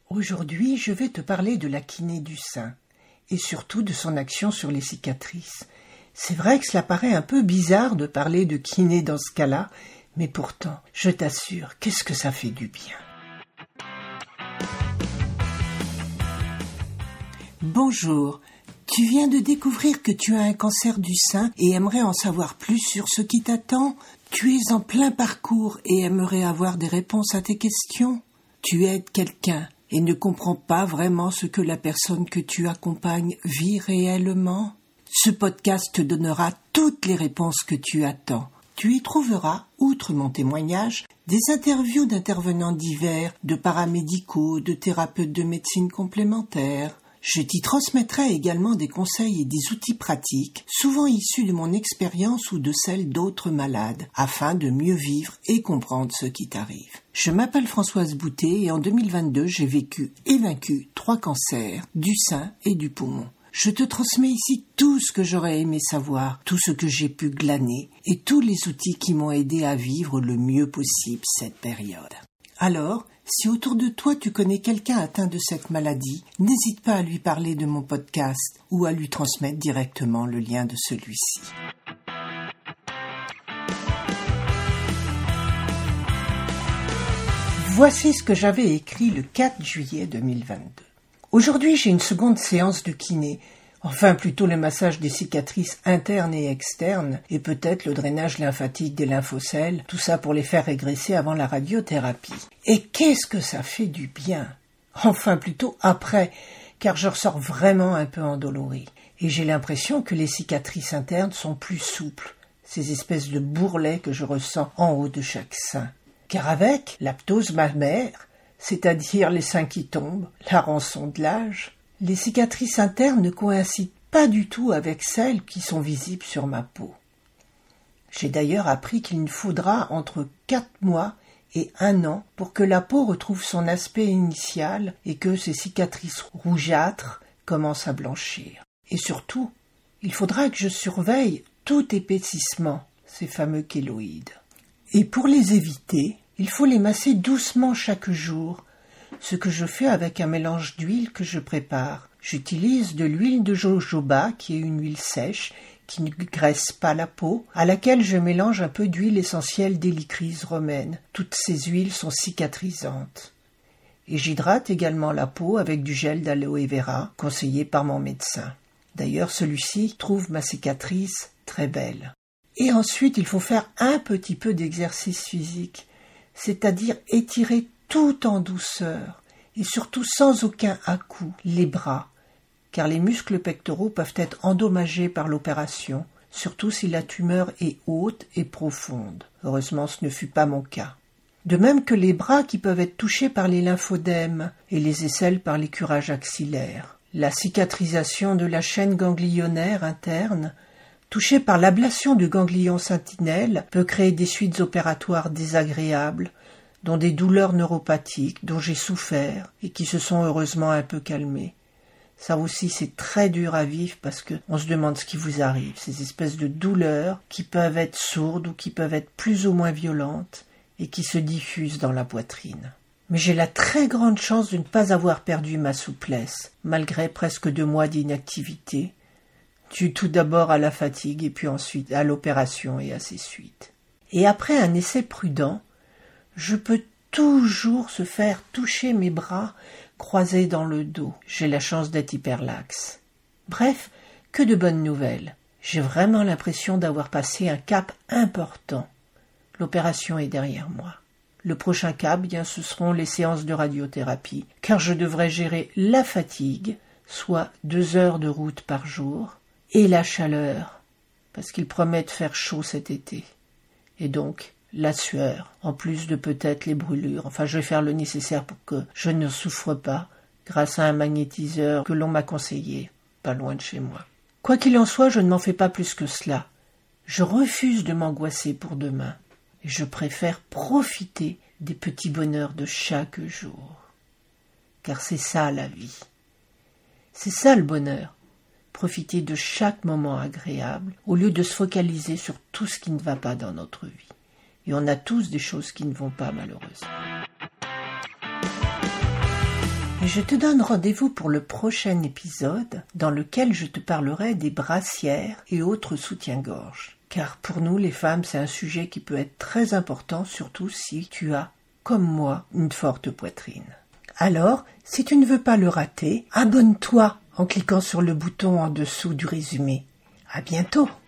Aujourd'hui, je vais te parler de la kiné du sein, et surtout de son action sur les cicatrices. C'est vrai que cela paraît un peu bizarre de parler de kiné dans ce cas-là, mais pourtant, je t'assure, qu'est-ce que ça fait du bien. Bonjour, tu viens de découvrir que tu as un cancer du sein et aimerais en savoir plus sur ce qui t'attend. Tu es en plein parcours et aimerais avoir des réponses à tes questions. Tu aides quelqu'un et ne comprends pas vraiment ce que la personne que tu accompagnes vit réellement. Ce podcast te donnera toutes les réponses que tu attends. Tu y trouveras, outre mon témoignage, des interviews d'intervenants divers, de paramédicaux, de thérapeutes de médecine complémentaire. Je t'y transmettrai également des conseils et des outils pratiques, souvent issus de mon expérience ou de celle d'autres malades, afin de mieux vivre et comprendre ce qui t'arrive. Je m'appelle Françoise Boutet et en 2022, j'ai vécu et vaincu 3 cancers, du sein et du poumon. Je te transmets ici tout ce que j'aurais aimé savoir, tout ce que j'ai pu glaner et tous les outils qui m'ont aidé à vivre le mieux possible cette période. Alors, si autour de toi tu connais quelqu'un atteint de cette maladie, n'hésite pas à lui parler de mon podcast ou à lui transmettre directement le lien de celui-ci. Voici ce que j'avais écrit le 4 juillet 2022. Aujourd'hui, j'ai une seconde séance de kiné, enfin plutôt le massage des cicatrices internes et externes, et peut-être le drainage lymphatique des lymphocèles, tout ça pour les faire régresser avant la radiothérapie. Et qu'est-ce que ça fait du bien! Enfin plutôt après, car je ressors vraiment un peu endolori, et j'ai l'impression que les cicatrices internes sont plus souples, ces espèces de bourrelets que je ressens en haut de chaque sein. Car avec l'aptose mammaire, c'est-à-dire les seins qui tombent, la rançon de l'âge, les cicatrices internes ne coïncident pas du tout avec celles qui sont visibles sur ma peau. J'ai d'ailleurs appris qu'il me faudra entre 4 mois et 1 an pour que la peau retrouve son aspect initial et que ces cicatrices rougeâtres commencent à blanchir. Et surtout, il faudra que je surveille tout épaississement, ces fameux kéloïdes. Et pour les éviter, il faut les masser doucement chaque jour, ce que je fais avec un mélange d'huile que je prépare. J'utilise de l'huile de jojoba, qui est une huile sèche, qui ne graisse pas la peau, à laquelle je mélange un peu d'huile essentielle d'hélicryse romaine. Toutes ces huiles sont cicatrisantes. Et j'hydrate également la peau avec du gel d'aloe vera, conseillé par mon médecin. D'ailleurs, celui-ci trouve ma cicatrice très belle. Et ensuite, il faut faire un petit peu d'exercice physique, c'est-à-dire étirer tout en douceur et surtout sans aucun à-coup les bras, car les muscles pectoraux peuvent être endommagés par l'opération, surtout si la tumeur est haute et profonde. Heureusement, ce ne fut pas mon cas. De même que les bras qui peuvent être touchés par les lymphodèmes et les aisselles par les curages axillaires. La cicatrisation de la chaîne ganglionnaire interne, touchée par l'ablation du ganglion sentinelle, peut créer des suites opératoires désagréables, dont des douleurs neuropathiques dont j'ai souffert et qui se sont heureusement un peu calmées. Ça aussi, c'est très dur à vivre parce que on se demande ce qui vous arrive, ces espèces de douleurs qui peuvent être sourdes ou qui peuvent être plus ou moins violentes et qui se diffusent dans la poitrine. Mais j'ai la très grande chance de ne pas avoir perdu ma souplesse, malgré presque 2 mois d'inactivité, dû tout d'abord à la fatigue et puis ensuite à l'opération et à ses suites. Et après un essai prudent, je peux toujours se faire toucher mes bras croisés dans le dos. J'ai la chance d'être hyperlaxe. Bref, que de bonnes nouvelles. J'ai vraiment l'impression d'avoir passé un cap important. L'opération est derrière moi. Le prochain cap, bien, ce seront les séances de radiothérapie, car je devrais gérer la fatigue, soit 2 heures de route par jour, et la chaleur, parce qu'il promet de faire chaud cet été. Et donc, la sueur, en plus de peut-être les brûlures. Enfin, je vais faire le nécessaire pour que je ne souffre pas, grâce à un magnétiseur que l'on m'a conseillé, pas loin de chez moi. Quoi qu'il en soit, je ne m'en fais pas plus que cela. Je refuse de m'angoisser pour demain, et je préfère profiter des petits bonheurs de chaque jour. Car c'est ça la vie. C'est ça le bonheur. Profiter de chaque moment agréable, au lieu de se focaliser sur tout ce qui ne va pas dans notre vie. Et on a tous des choses qui ne vont pas, malheureusement. Et je te donne rendez-vous pour le prochain épisode dans lequel je te parlerai des brassières et autres soutiens-gorge. Car pour nous, les femmes, c'est un sujet qui peut être très important, surtout si tu as, comme moi, une forte poitrine. Alors, si tu ne veux pas le rater, abonne-toi en cliquant sur le bouton en dessous du résumé. À bientôt!